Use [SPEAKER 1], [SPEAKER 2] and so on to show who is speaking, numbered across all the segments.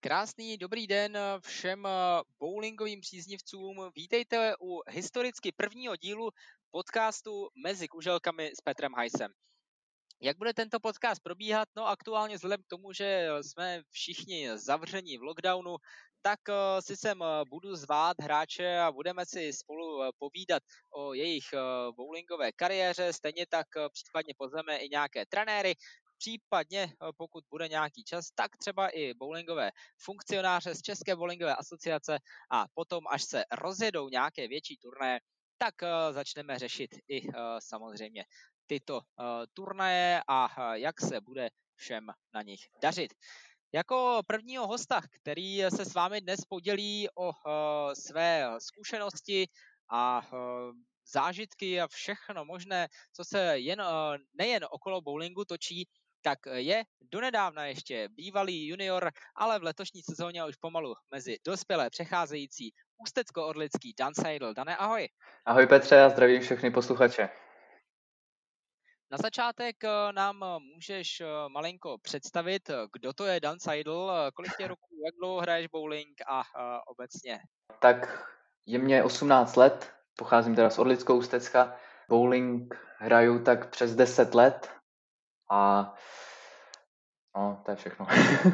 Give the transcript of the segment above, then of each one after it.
[SPEAKER 1] Krásný dobrý den všem bowlingovým příznivcům. Vítejte u historicky prvního dílu podcastu Mezi kuželkami s Petrem Hajsem. Jak bude tento podcast probíhat? No aktuálně vzhledem k tomu, že jsme všichni zavření v lockdownu, tak si sem budu zvát hráče a budeme si spolu povídat o jejich bowlingové kariéře, stejně tak případně pozveme i nějaké trenéry, případně pokud bude nějaký čas, tak třeba i bowlingové funkcionáře z České bowlingové asociace a potom, až se rozjedou nějaké větší turnaje, tak začneme řešit i samozřejmě tyto turnaje a jak se bude všem na nich dařit. Jako prvního hosta, který se s vámi dnes podělí o své zkušenosti a zážitky a všechno možné, co se nejen okolo bowlingu točí, tak je donedávna ještě bývalý junior, ale v letošní sezóně už pomalu mezi dospělé přecházející ústecko-orlický Dan Seidl. Dane, ahoj.
[SPEAKER 2] Ahoj Petře, já zdravím všechny posluchače.
[SPEAKER 1] Na začátek nám můžeš malinko představit, kdo to je Dan Seidl, kolik tě roků, jak dlouho hraješ bowling a obecně?
[SPEAKER 2] Tak je mě 18 let, pocházím teda z Orlickou Ústecka. Bowling hraju tak přes 10 let a no, to je všechno.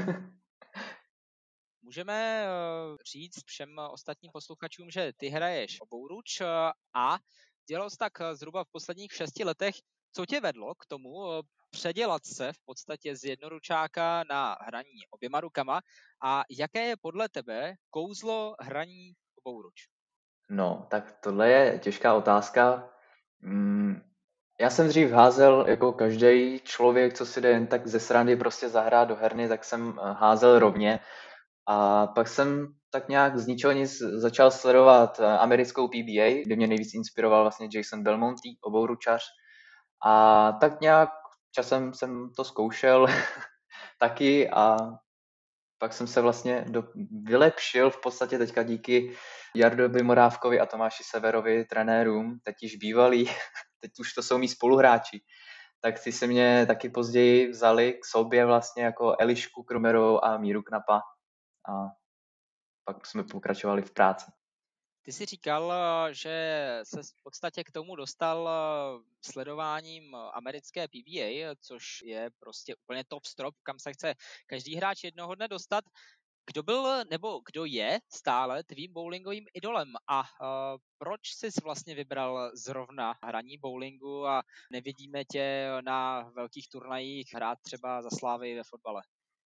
[SPEAKER 1] Můžeme říct všem ostatním posluchačům, že ty hraješ obouruč a dělal jsi tak zhruba v posledních 6 letech. Co tě vedlo k tomu předělat se v podstatě z jednoručáka na hraní oběma rukama a jaké je podle tebe kouzlo hraní obouruč?
[SPEAKER 2] No, tak tohle je těžká otázka. Já jsem dřív házel jako každý člověk, co si jde jen tak ze srandy prostě zahrát do herny, tak jsem házel rovně. A pak jsem tak nějak z ničeho nic začal sledovat americkou PBA, kde mě nejvíc inspiroval vlastně Jason Belmonte, obouručař. A tak nějak časem jsem to zkoušel taky a pak jsem se vlastně vylepšil v podstatě teďka díky Jardovi Morávkovi a Tomáši Severovi, trenérům, teď již bývalí, teď už to jsou mý spoluhráči. Tak ty se mě taky později vzali k sobě vlastně jako Elišku Krumerovou a Míru Knapa a pak jsme pokračovali v práci.
[SPEAKER 1] Ty jsi říkal, že se v podstatě k tomu dostal sledováním americké PBA, což je prostě úplně top strop, kam se chce každý hráč jednoho dne dostat. Kdo byl nebo kdo je stále tvým bowlingovým idolem a proč jsi vlastně vybral zrovna hraní bowlingu a nevidíme tě na velkých turnajích hrát třeba za Slávy ve fotbale?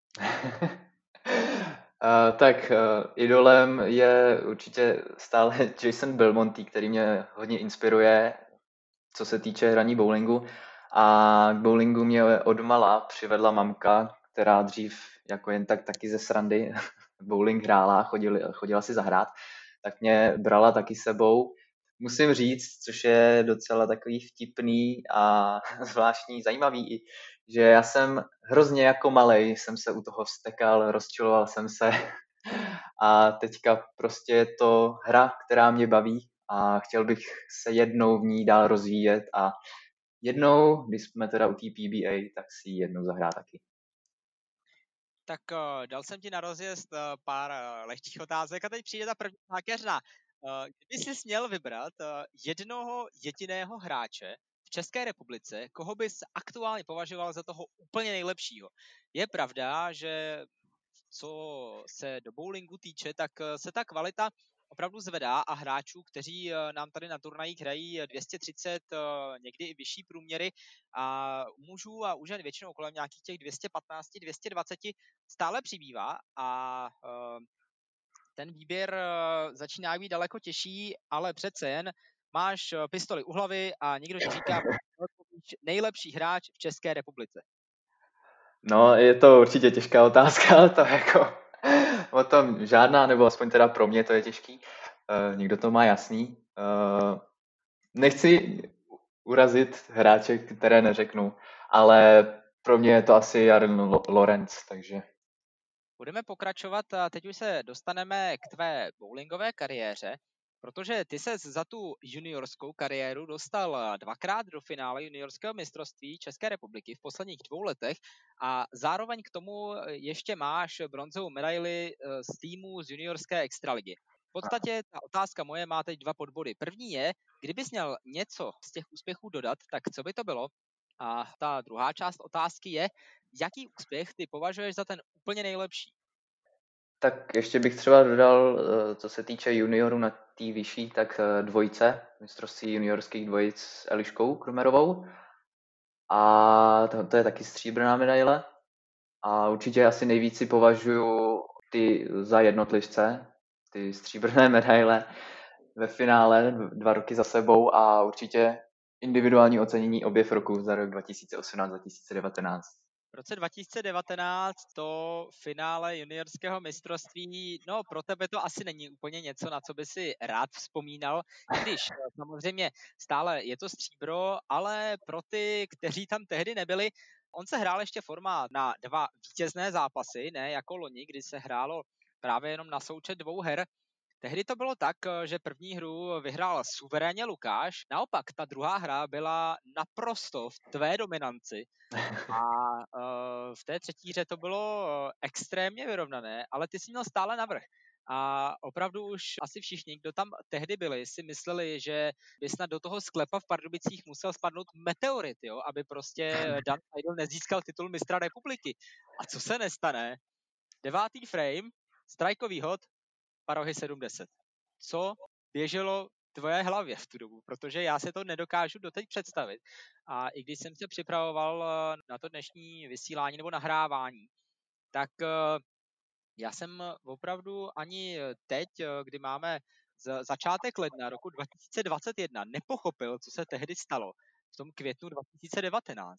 [SPEAKER 2] Tak idolem je určitě stále Jason Belmonte, který mě hodně inspiruje, co se týče hraní bowlingu. A k bowlingu mě odmala přivedla mamka, která dřív jako jen tak taky ze srandy bowling hrála, chodila si zahrát, tak mě brala taky sebou. Musím říct, což je docela takový vtipný a zvláštní, zajímavý, že já jsem hrozně jako malej, jsem se u toho vztekal, rozčiloval jsem se a teďka prostě je to hra, která mě baví a chtěl bych se jednou v ní dál rozvíjet a jednou, když jsme teda u té PBA, tak si ji jednou zahrá taky.
[SPEAKER 1] Tak dal jsem ti na rozjezd pár lehčích otázek a teď přijde ta první zákeřná. Kdyby jsi směl vybrat jednoho jediného hráče v České republice, koho bys aktuálně považoval za toho úplně nejlepšího. Je pravda, že co se do bowlingu týče, tak se ta kvalita opravdu zvedá a hráčů, kteří nám tady na turnajích hrají 230, někdy i vyšší průměry a u mužů a u žen většinou kolem nějakých těch 215, 220 stále přibývá a ten výběr začíná být daleko těžší, ale přece jen máš pistoli u hlavy a někdo ti říká, nejlepší hráč v České republice.
[SPEAKER 2] No, je to určitě těžká otázka, to jako o tom žádná, nebo aspoň teda pro mě to je těžký. Někdo to má jasný. Nechci urazit hráče, které neřeknu, ale pro mě je to asi Jaren Lorenz, takže...
[SPEAKER 1] Budeme pokračovat a teď už se dostaneme k tvé bowlingové kariéře. protože ty ses za tu juniorskou kariéru dostal dvakrát do finále juniorského mistrovství České republiky v posledních 2 letech a zároveň k tomu ještě máš bronzovou medaili z týmu z juniorské extraligy. V podstatě ta otázka moje má teď 2 podbody. První je, kdybys měl něco z těch úspěchů dodat, tak co by to bylo? A ta druhá část otázky je, jaký úspěch ty považuješ za ten úplně nejlepší?
[SPEAKER 2] Tak ještě bych třeba dodal, co se týče juniorů na té vyšší, tak dvojice, mistrovství juniorských dvojic s Eliškou Krumerovou. A to je taky stříbrná medaile. A určitě asi nejvíc si považuji ty za jednotlivce, ty stříbrné medaile ve finále 2 roky za sebou a určitě individuální ocenění objev roku za rok 2018-2019.
[SPEAKER 1] V roce 2019 to finále juniorského mistrovství, no pro tebe to asi není úplně něco, na co by si rád vzpomínal, i když samozřejmě stále je to stříbro, ale pro ty, kteří tam tehdy nebyli, on se hrál ještě formát na 2 vítězné zápasy, ne jako loni, kdy se hrálo právě jenom na součet 2 her. Tehdy to bylo tak, že první hru vyhrál suverénně Lukáš, naopak ta druhá hra byla naprosto v tvé dominanci a v té třetí hře to bylo extrémně vyrovnané, ale ty jsi měl stále navrch. A opravdu už asi všichni, kdo tam tehdy byli, si mysleli, že by snad do toho sklepa v Pardubicích musel spadnout meteorit, jo, aby prostě Dan Seidel nezískal titul mistra republiky. A co se nestane? 9. frame, strajkový hod, parohy 70. Co běželo tvoje hlavě v tu dobu, protože já si to nedokážu doteď představit. A i když jsem se připravoval na to dnešní vysílání nebo nahrávání, tak já jsem opravdu ani teď, kdy máme začátek ledna roku 2021, nepochopil, co se tehdy stalo v tom květnu 2019.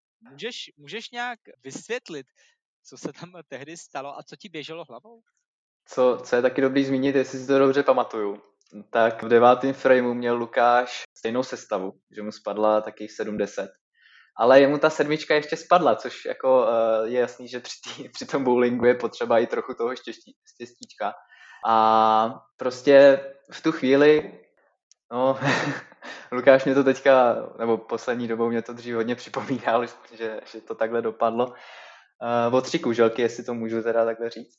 [SPEAKER 1] Můžeš nějak vysvětlit, co se tam tehdy stalo a co ti běželo hlavou?
[SPEAKER 2] Co je taky dobrý zmínit, jestli si to dobře pamatuju, tak v 9. frameu měl Lukáš stejnou sestavu, že mu spadla taky 70. Ale jemu ta 7 ještě spadla, což jako je jasný, že při tom bowlingu je potřeba i trochu toho štěstíčka. A prostě v tu chvíli, no, Lukáš mě to teďka, nebo poslední dobou mě to dřív hodně připomínal, že to takhle dopadlo. Od 3 kuželky, jestli to můžu teda takhle říct.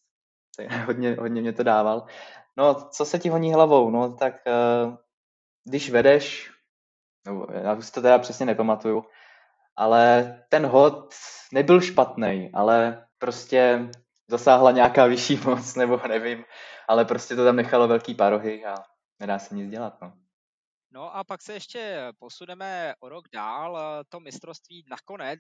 [SPEAKER 2] Hodně mě to dával. No, co se ti honí hlavou? No, tak když vedeš, no, já už si to teda přesně nepamatuju, ale ten hod nebyl špatný, ale prostě zasáhla nějaká vyšší moc, nebo nevím, ale prostě to tam nechalo velký parohy a nedá se nic dělat, no.
[SPEAKER 1] No a pak se ještě posuneme o rok dál. To mistrovství nakonec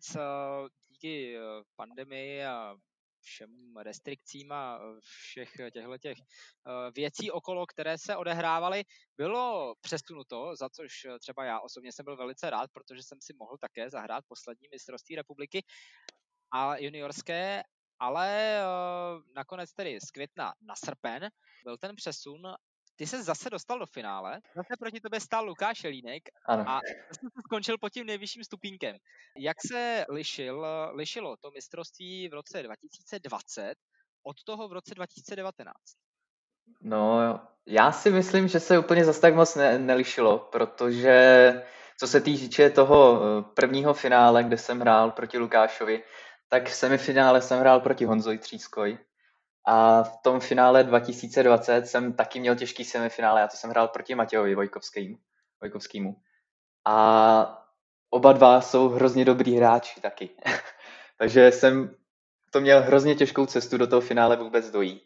[SPEAKER 1] díky pandemii a všem restrikcím a všech těchto věcí okolo, které se odehrávaly, bylo přesunuto, za což třeba já osobně jsem byl velice rád, protože jsem si mohl také zahrát poslední mistrovství republiky a juniorské, ale nakonec tedy z května na srpen byl ten přesun. Ty se zase dostal do finále, zase proti tobě stál Lukáš Jelínek
[SPEAKER 2] Ano.
[SPEAKER 1] a zase se skončil pod tím nejvyšším stupínkem. Jak se lišilo to mistrovství v roce 2020 od toho v roce 2019?
[SPEAKER 2] No, já si myslím, že se úplně zas tak moc nelišilo, protože co se týče toho prvního finále, kde jsem hrál proti Lukášovi, tak v semifinále jsem hrál proti Honzovi Třískoj. A v tom finále 2020 jsem taky měl těžký semifinále, já to jsem hrál proti Matějovi Vojkovskému. A oba dva jsou hrozně dobrý hráči taky. Takže jsem to měl hrozně těžkou cestu do toho finále vůbec dojít.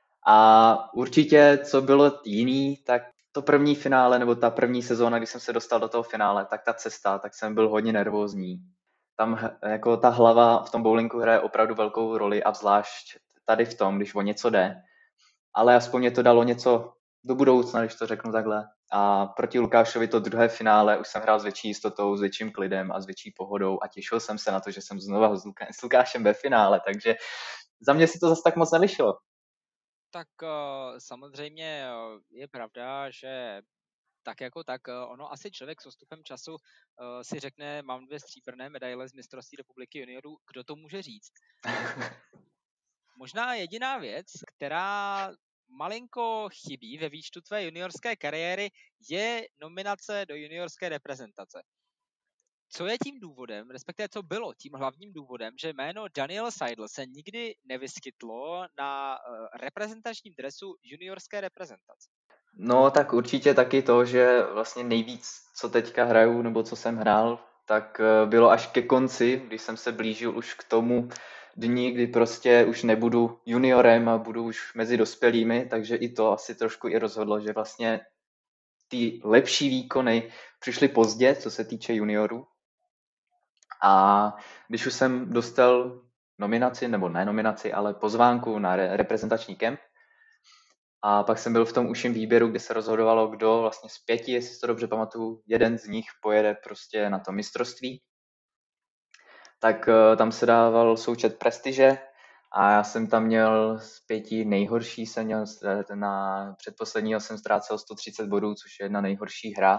[SPEAKER 2] A určitě, co bylo jiný, tak to první finále, nebo ta první sezóna, kdy jsem se dostal do toho finále, tak ta cesta, tak jsem byl hodně nervózní. Tam jako ta hlava v tom bowlingu hraje opravdu velkou roli a zvlášť tady v tom, když o něco jde. Ale aspoň mě to dalo něco do budoucna, když to řeknu takhle. A proti Lukášovi to druhé finále už jsem hrál s větší jistotou, s větším klidem a s větší pohodou a těšil jsem se na to, že jsem znova s Lukášem ve finále, takže za mě si to zase tak moc nelišilo.
[SPEAKER 1] Tak samozřejmě je pravda, že tak jako tak, ono asi člověk s odstupem času si řekne, mám 2 stříbrné medaile z mistrovství republiky juniorů, kdo to může říct? Možná jediná věc, která malinko chybí ve výčtu tvé juniorské kariéry, je nominace do juniorské reprezentace. Co je tím důvodem, respektive co bylo tím hlavním důvodem, že jméno Daniel Seidl se nikdy nevyskytlo na reprezentačním dresu juniorské reprezentace?
[SPEAKER 2] No tak určitě taky to, že vlastně nejvíc, co teďka hraju, nebo co jsem hrál, tak bylo až ke konci, když jsem se blížil už k tomu dni, kdy prostě už nebudu juniorem a budu už mezi dospělými, takže i to asi trošku i rozhodlo, že vlastně ty lepší výkony přišly pozdě, co se týče juniorů. A když už jsem dostal nominaci, nebo ne nominaci, ale pozvánku na reprezentační kemp, a pak jsem byl v tom užším výběru, kde se rozhodovalo, kdo vlastně z 5, jestli si to dobře pamatuju, jeden z nich pojede prostě na to mistrovství. Tak tam se dával součet prestiže a já jsem tam měl z 5 nejhorší, jsem měl na předposledního jsem ztrácel 130 bodů, což je jedna nejhorší hra.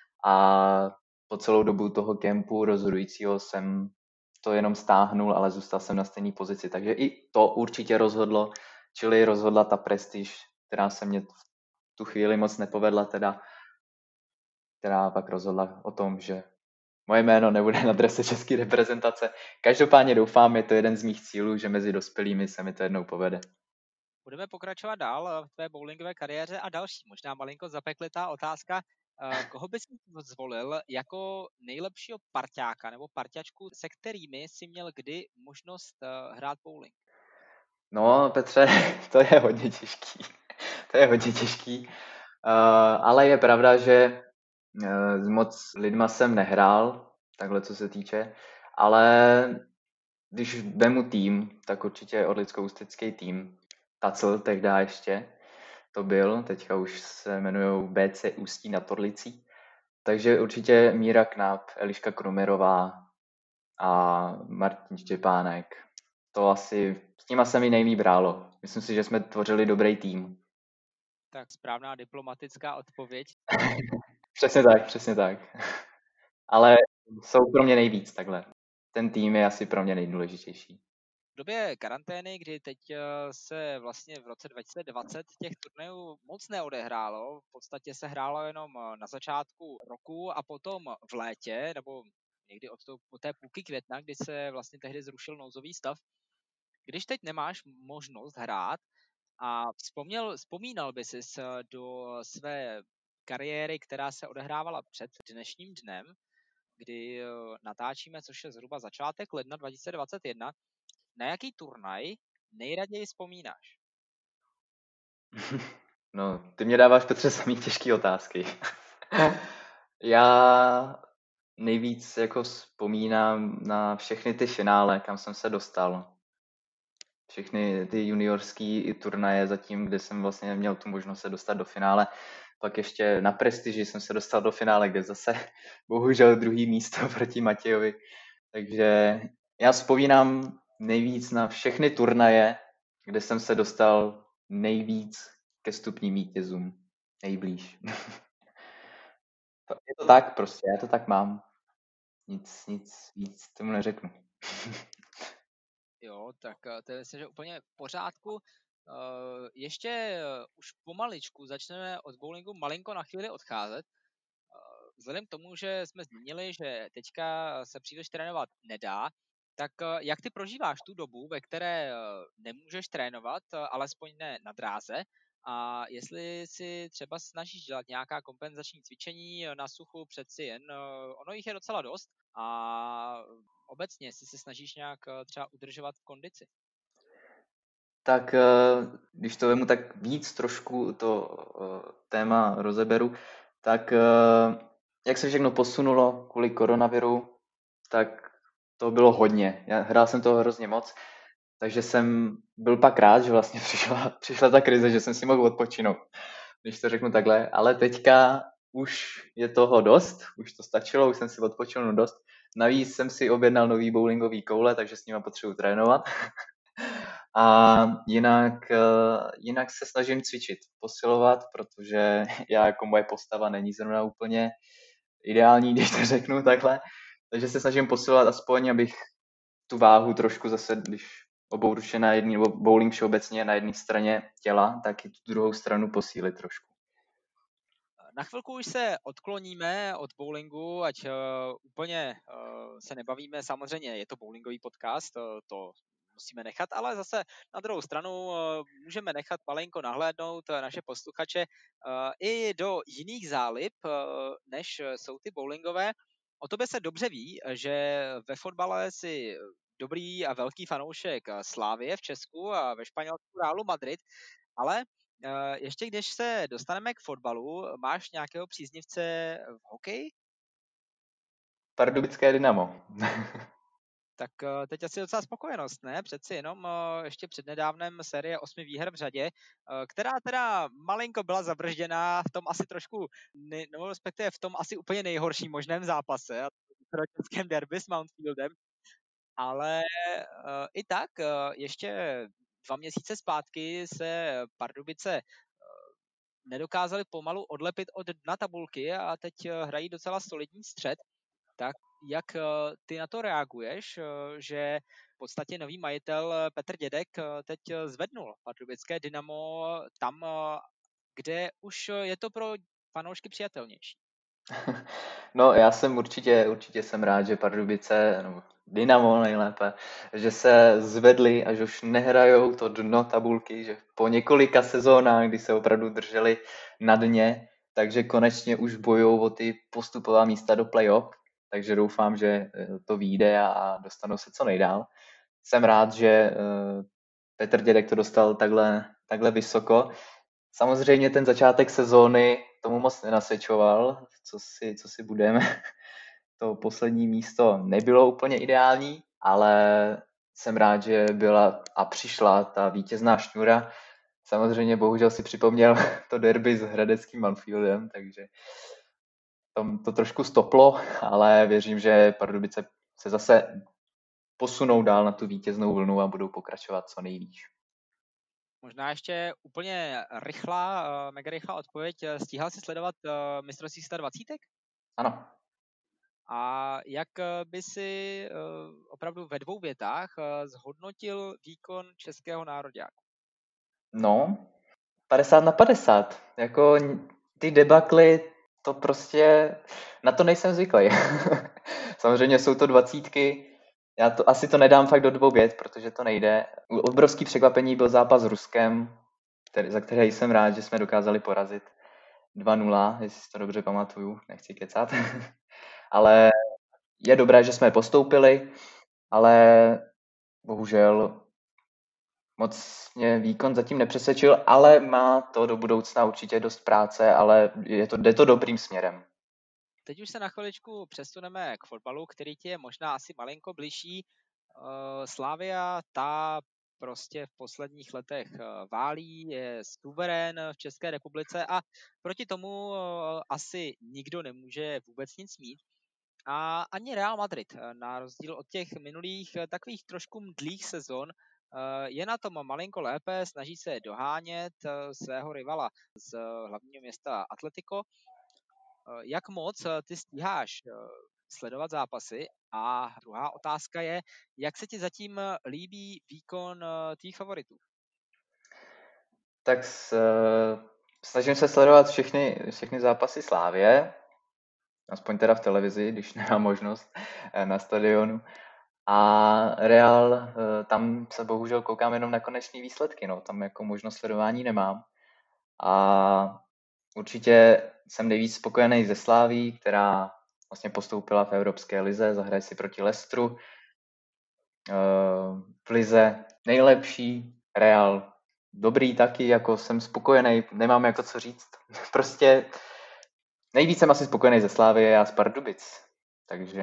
[SPEAKER 2] A po celou dobu toho kempu rozhodujícího jsem to jenom stáhnul, ale zůstal jsem na stejné pozici. Takže i to určitě rozhodlo, čili rozhodla ta prestiž, která se mě v tu chvíli moc nepovedla, která pak rozhodla o tom, že moje jméno nebude na drese české reprezentace. Každopádně doufám, je to jeden z mých cílů, že mezi dospělými se mi to jednou povede.
[SPEAKER 1] Budeme pokračovat dál v tvé bowlingové kariéře a další, možná malinko zapeklitá otázka. Koho bys zvolil jako nejlepšího parťáka nebo parťačku, se kterými si měl kdy možnost hrát bowling?
[SPEAKER 2] No, Petře, to je hodně těžký. To je hodně těžký. Ale je pravda, že s moc lidma jsem nehrál, takhle co se týče, ale když vemu tým, tak určitě Orlicko-Ústecký tým, Tacl tehdy ještě to byl, teďka už se jmenují BC Ústí nad Orlicí, takže určitě Míra Knap, Eliška Krumerová a Martin Štěpánek. To asi, s nima se mi nejlíp hrálo. Myslím si, že jsme tvořili dobrý tým.
[SPEAKER 1] Tak správná diplomatická odpověď.
[SPEAKER 2] Přesně tak. Ale jsou pro mě nejvíc takhle. Ten tým je asi pro mě nejdůležitější.
[SPEAKER 1] V době karantény, kdy teď se vlastně v roce 2020 těch turnajů moc neodehrálo, v podstatě se hrálo jenom na začátku roku a potom v létě, nebo někdy od té půlky května, kdy se vlastně tehdy zrušil nouzový stav. Když teď nemáš možnost hrát a vzpomínal by si do své kariéry, která se odehrávala před dnešním dnem, kdy natáčíme, což je zhruba začátek ledna 2021, na jaký turnaj nejraději vzpomínáš?
[SPEAKER 2] No, ty mě dáváš, Petře, samý těžké otázky. Já nejvíc jako vzpomínám na všechny ty finále, kam jsem se dostal. Všechny ty juniorský turnaje zatím, kde jsem vlastně měl tu možnost se dostat do finále. Pak ještě na prestiži jsem se dostal do finále, kde zase bohužel druhý místo proti Matějovi. Takže já vzpomínám nejvíc na všechny turnaje, kde jsem se dostal nejvíc ke stupním vítězům. Nejblíž. Je to tak prostě, já to tak mám. Nic víc tomu neřeknu.
[SPEAKER 1] Jo, tak to je myslím, že úplně v pořádku. Ještě už pomaličku začneme od bowlingu malinko na chvíli odcházet. Vzhledem k tomu, že jsme zmínili, že teďka se příliš trénovat nedá, tak jak ty prožíváš tu dobu, ve které nemůžeš trénovat, alespoň ne na dráze, a jestli si třeba snažíš dělat nějaká kompenzační cvičení na suchu, přeci jen, ono jich je docela dost, a obecně, jestli se snažíš nějak třeba udržovat v kondici?
[SPEAKER 2] Tak když to vemu tak víc trošku to téma rozeberu, tak jak se všechno posunulo kvůli koronaviru, tak to bylo hodně. Hrál jsem toho hrozně moc, takže jsem byl pak rád, že vlastně přišla ta krize, že jsem si mohl odpočinout, když to řeknu takhle. Ale teďka už je toho dost, už to stačilo, už jsem si odpočinul dost. Navíc jsem si objednal nový bowlingový koule, takže s nima potřebuji trénovat. A jinak se snažím cvičit, posilovat, protože já jako moje postava není zrovna úplně ideální, když to řeknu takhle. Takže se snažím posilovat aspoň, abych tu váhu trošku zase, když obouruče na jedné, nebo bowling všeobecně na jedné straně těla, tak i tu druhou stranu posílit trošku.
[SPEAKER 1] Na chvilku už se odkloníme od bowlingu, ať úplně se nebavíme, samozřejmě je to bowlingový podcast, to musíme nechat, ale zase na druhou stranu můžeme nechat malinko nahlédnout naše posluchače i do jiných zálib, než jsou ty bowlingové. O tobě se dobře ví, že ve fotbale si dobrý a velký fanoušek Slávie v Česku a ve Španělsku Realu Madrid, ale ještě když se dostaneme k fotbalu, máš nějakého příznivce v hokeji?
[SPEAKER 2] Pardubické Dynamo.
[SPEAKER 1] Tak teď asi docela spokojenost, ne? Přeci jenom ještě přednedávnem série 8 výher v řadě, která teda malinko byla zabržděná v tom asi trošku, nebo respektive v tom asi úplně nejhorším možném zápase, a to českém derby s Mountfieldem, ale i tak ještě 2 měsíce zpátky se Pardubice nedokázali pomalu odlepit od dna tabulky a teď hrají docela solidní střed. Tak jak ty na to reaguješ, že v podstatě nový majitel Petr Dědek teď zvednul pardubické Dynamo tam, kde už je to pro fanoušky přijatelnější?
[SPEAKER 2] No, já jsem určitě jsem rád, že Pardubice, nebo Dynamo nejlépe, že se zvedli a že už nehrajou to dno tabulky, že po několika sezónách, kdy se opravdu drželi na dně, takže konečně už bojují o ty postupová místa do play-off, takže doufám, že to vyjde a dostanou se co nejdál. Jsem rád, že Petr Dědek to dostal takhle vysoko. Samozřejmě ten začátek sezóny tomu moc nenasvědčoval, co si budeme. To poslední místo nebylo úplně ideální, ale jsem rád, že byla a přišla ta vítězná šňůra. Samozřejmě bohužel si připomněl to derby s hradeckým Mountfieldem, takže to trošku stoplo, ale věřím, že Pardubice se zase posunou dál na tu vítěznou vlnu a budou pokračovat co nejvíc.
[SPEAKER 1] Možná ještě úplně mega rychlá odpověď. Stíhal jsi sledovat mistrovství 120?
[SPEAKER 2] Ano.
[SPEAKER 1] A jak by si opravdu ve 2 větách zhodnotil výkon českého nároďáku?
[SPEAKER 2] No, 50/50. Jako ty debakly, to prostě, na to nejsem zvyklý. Samozřejmě jsou to 20. Já to asi to nedám fakt do 2 vět, protože to nejde. Obrovský překvapení byl zápas s Ruskem, za který jsem rád, že jsme dokázali porazit 2-0, jestli si to dobře pamatuju, nechci kecat. Ale je dobré, že jsme postoupili, ale bohužel moc mě výkon zatím nepřesvědčil, ale má to do budoucna určitě dost práce, ale jde to dobrým směrem.
[SPEAKER 1] Teď už se na chviličku přesuneme k fotbalu, který ti je možná asi malinko bližší. Slavia, ta prostě v posledních letech válí, je suverén v České republice a proti tomu asi nikdo nemůže vůbec nic mít. A ani Real Madrid, na rozdíl od těch minulých takových trošku mdlých sezon, je na tom malinko lépe, snaží se dohánět svého rivala z hlavního města Atletico. Jak moc ty stíháš sledovat zápasy? A druhá otázka je, jak se ti zatím líbí výkon tvých favoritů?
[SPEAKER 2] Tak snažím se sledovat všechny zápasy Slávie, aspoň teda v televizi, když nemám možnost na stadionu. A Real, tam se bohužel koukám jenom na konečné výsledky, no. Tam jako možnost sledování nemám. A určitě jsem nejvíc spokojený ze Sláví, která vlastně postoupila v Evropské lize, zahraje si proti Leicesteru. V lize nejlepší, Real dobrý taky, jako jsem spokojený, nemám jako co říct. Prostě nejvíc jsem asi spokojený ze Slávie a z Pardubic, takže...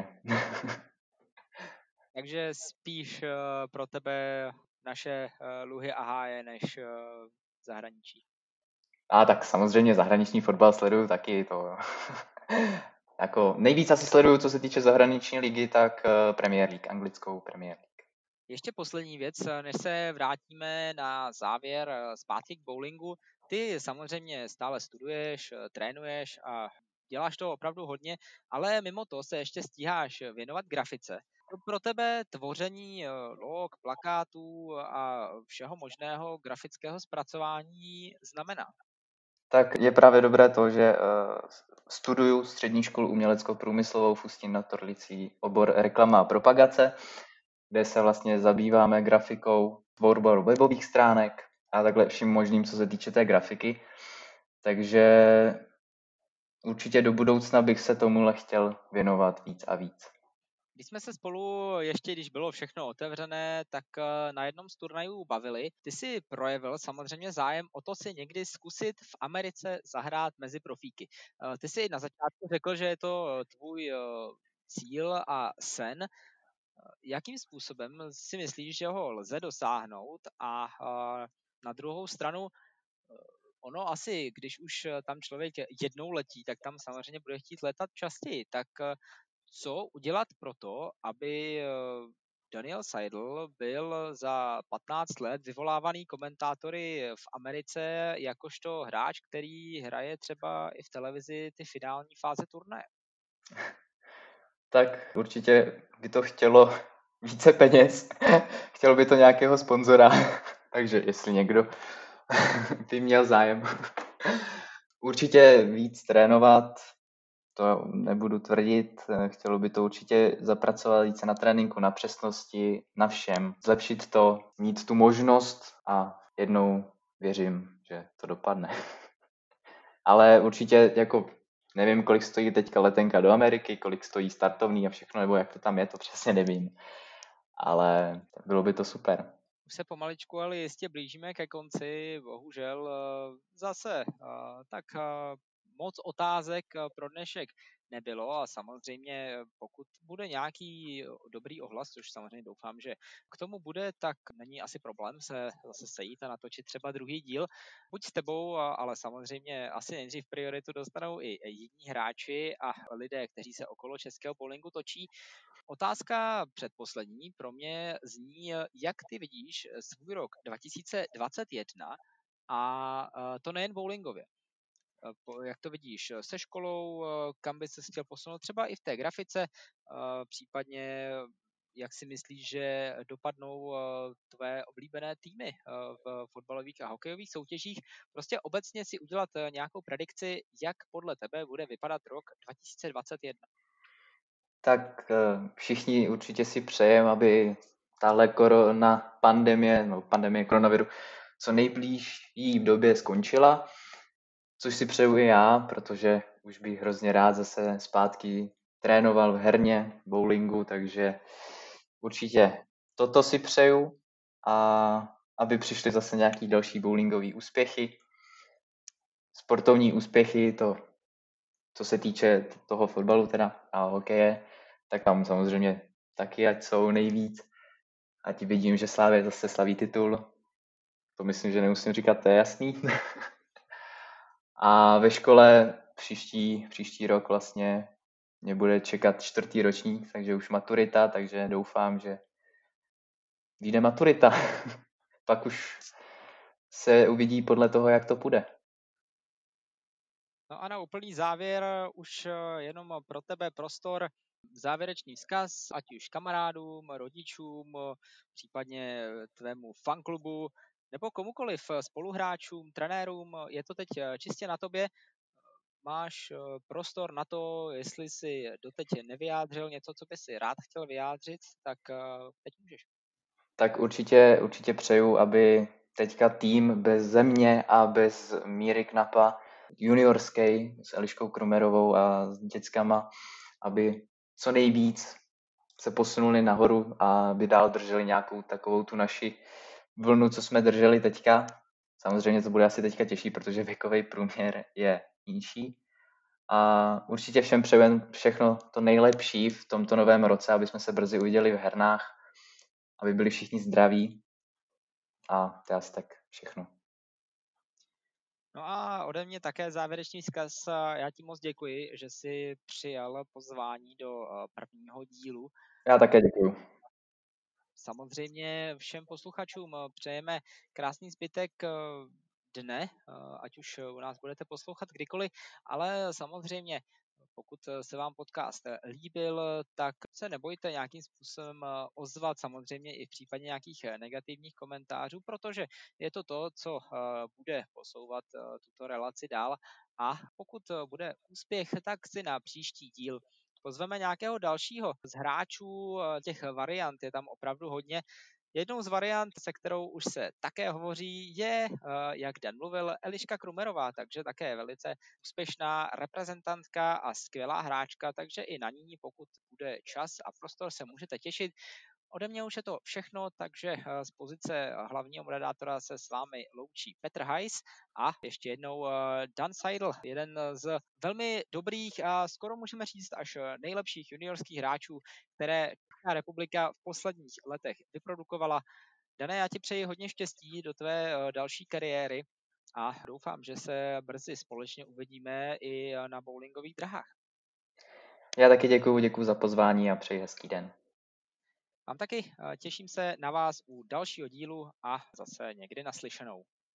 [SPEAKER 1] Takže spíš pro tebe naše luhy a háje než zahraničí.
[SPEAKER 2] A tak samozřejmě zahraniční fotbal sleduju taky, to jako nejvíc asi sleduju, co se týče zahraniční ligy, tak Premier League, anglickou Premier League.
[SPEAKER 1] Ještě poslední věc, než se vrátíme na závěr zpátky k bowlingu. Ty samozřejmě stále studuješ, trénuješ a děláš to opravdu hodně, ale mimo to se ještě stíháš věnovat grafice. pro tebe tvoření log, plakátů a všeho možného grafického zpracování znamená?
[SPEAKER 2] Tak je právě dobré to, že studuju střední školu umělecko-průmyslovou v Ústí nad Orlicí, obor reklama a propagace, kde se vlastně zabýváme grafikou, tvorbou webových stránek a takhle vším možným, co se týče té grafiky. Takže určitě do budoucna bych se tomuhle chtěl věnovat víc a víc.
[SPEAKER 1] Když jsme se spolu ještě, když bylo všechno otevřené, tak na jednom z turnajů bavili. Ty si projevil samozřejmě zájem o to si někdy zkusit v Americe zahrát mezi profíky. Ty si na začátku řekl, že je to tvůj cíl a sen. Jakým způsobem si myslíš, že ho lze dosáhnout a na druhou stranu ono asi, když už tam člověk jednou letí, tak tam samozřejmě bude chtít letat častěji. Tak co udělat pro to, aby Daniel Seidl byl za 15 let vyvolávaný komentátory v Americe jakožto hráč, který hraje třeba i v televizi ty finální fáze turnaje?
[SPEAKER 2] Tak určitě by to chtělo více peněz, chtělo by to nějakého sponzora, takže jestli někdo by měl zájem určitě víc trénovat, to nebudu tvrdit, chtělo by to určitě zapracovat více na tréninku, na přesnosti, na všem, zlepšit to, mít tu možnost a jednou věřím, že to dopadne. Ale určitě jako nevím, kolik stojí teďka letenka do Ameriky, kolik stojí startovní a všechno, nebo jak to tam je, to přesně nevím. Ale bylo by to super.
[SPEAKER 1] Už se pomaličku, ale jistě blížíme ke konci. Bohužel zase tak moc otázek pro dnešek nebylo a samozřejmě pokud bude nějaký dobrý ohlas, což samozřejmě doufám, že k tomu bude, tak není asi problém se zase sejít a natočit třeba druhý díl. Buď s tebou, ale samozřejmě asi nejdřív prioritu dostanou i jiní hráči a lidé, kteří se okolo českého bowlingu točí. Otázka předposlední pro mě zní, jak ty vidíš svůj rok 2021 a to nejen bowlingově. Jak to vidíš se školou, kam bys se chtěl posunout třeba i v té grafice, případně jak si myslíš, že dopadnou tvé oblíbené týmy v fotbalových a hokejových soutěžích. Prostě obecně si udělat nějakou predikci, jak podle tebe bude vypadat rok 2021.
[SPEAKER 2] Tak všichni určitě si přejeme, aby tahle pandemie koronaviru co nejblíž jí v době skončila, což si přeju i já, protože už bych hrozně rád zase zpátky trénoval v herně, bowlingu, takže určitě toto si přeju a aby přišly zase nějaký další bowlingové úspěchy, sportovní úspěchy, to co se týče toho fotbalu teda a hokeje, tak tam samozřejmě taky, ať jsou nejvíc. Ať vidím, že Slávě zase slaví titul. To myslím, že nemusím říkat, to je jasný. A ve škole příští rok vlastně mě bude čekat 4. ročník, takže už maturita, takže doufám, že vyjde maturita. Pak už se uvidí podle toho, jak to půjde.
[SPEAKER 1] No a na úplný závěr už jenom pro tebe prostor, závěrečný vzkaz, ať už kamarádům, rodičům, případně tvému fanklubu, nebo komukoliv, spoluhráčům, trenérům, je to teď čistě na tobě. Máš prostor na to, jestli si doteď nevyjádřil něco, co by si rád chtěl vyjádřit, tak teď můžeš.
[SPEAKER 2] Tak určitě přeju, aby teďka tým bez země a bez Míry Knapa juniorský s Eliškou Krumerovou a s dětskama, aby co nejvíc se posunuli nahoru a aby dál drželi nějakou takovou tu naši vlnu, co jsme drželi teďka. Samozřejmě to bude asi teďka těžší, protože věkový průměr je nižší. A určitě všem přeju všechno to nejlepší v tomto novém roce, aby jsme se brzy uviděli v hernách, aby byli všichni zdraví. A to je asi tak všechno.
[SPEAKER 1] No a ode mě také závěrečný vzkaz. Já ti moc děkuji, že jsi přijal pozvání do prvního dílu.
[SPEAKER 2] Já také děkuju.
[SPEAKER 1] Samozřejmě všem posluchačům přejeme krásný zbytek dne, ať už u nás budete poslouchat kdykoliv, ale samozřejmě Pokud se vám podcast líbil, tak se nebojte nějakým způsobem ozvat, samozřejmě i v případě nějakých negativních komentářů, protože je to, co bude posouvat tuto relaci dál. A pokud bude úspěch, tak si na příští díl pozveme nějakého dalšího z hráčů. Těch variant je tam opravdu hodně. Jednou z variant, se kterou už se také hovoří, je, jak Dan mluvil, Eliška Krumerová, takže také velice úspěšná reprezentantka a skvělá hráčka, takže i na ní, pokud bude čas a prostor, se můžete těšit. Ode mě už je to všechno, takže z pozice hlavního moderátora se s vámi loučí Petr Hajs a ještě jednou Dan Seidl, jeden z velmi dobrých a skoro můžeme říct až nejlepších juniorských hráčů, které Česká republika v posledních letech vyprodukovala. Dane, já ti přeji hodně štěstí do tvé další kariéry a doufám, že se brzy společně uvidíme i na bowlingových drahách.
[SPEAKER 2] Já taky děkuju za pozvání a přeji hezký den.
[SPEAKER 1] Vám taky těším se na vás u dalšího dílu a zase někdy naslyšenou.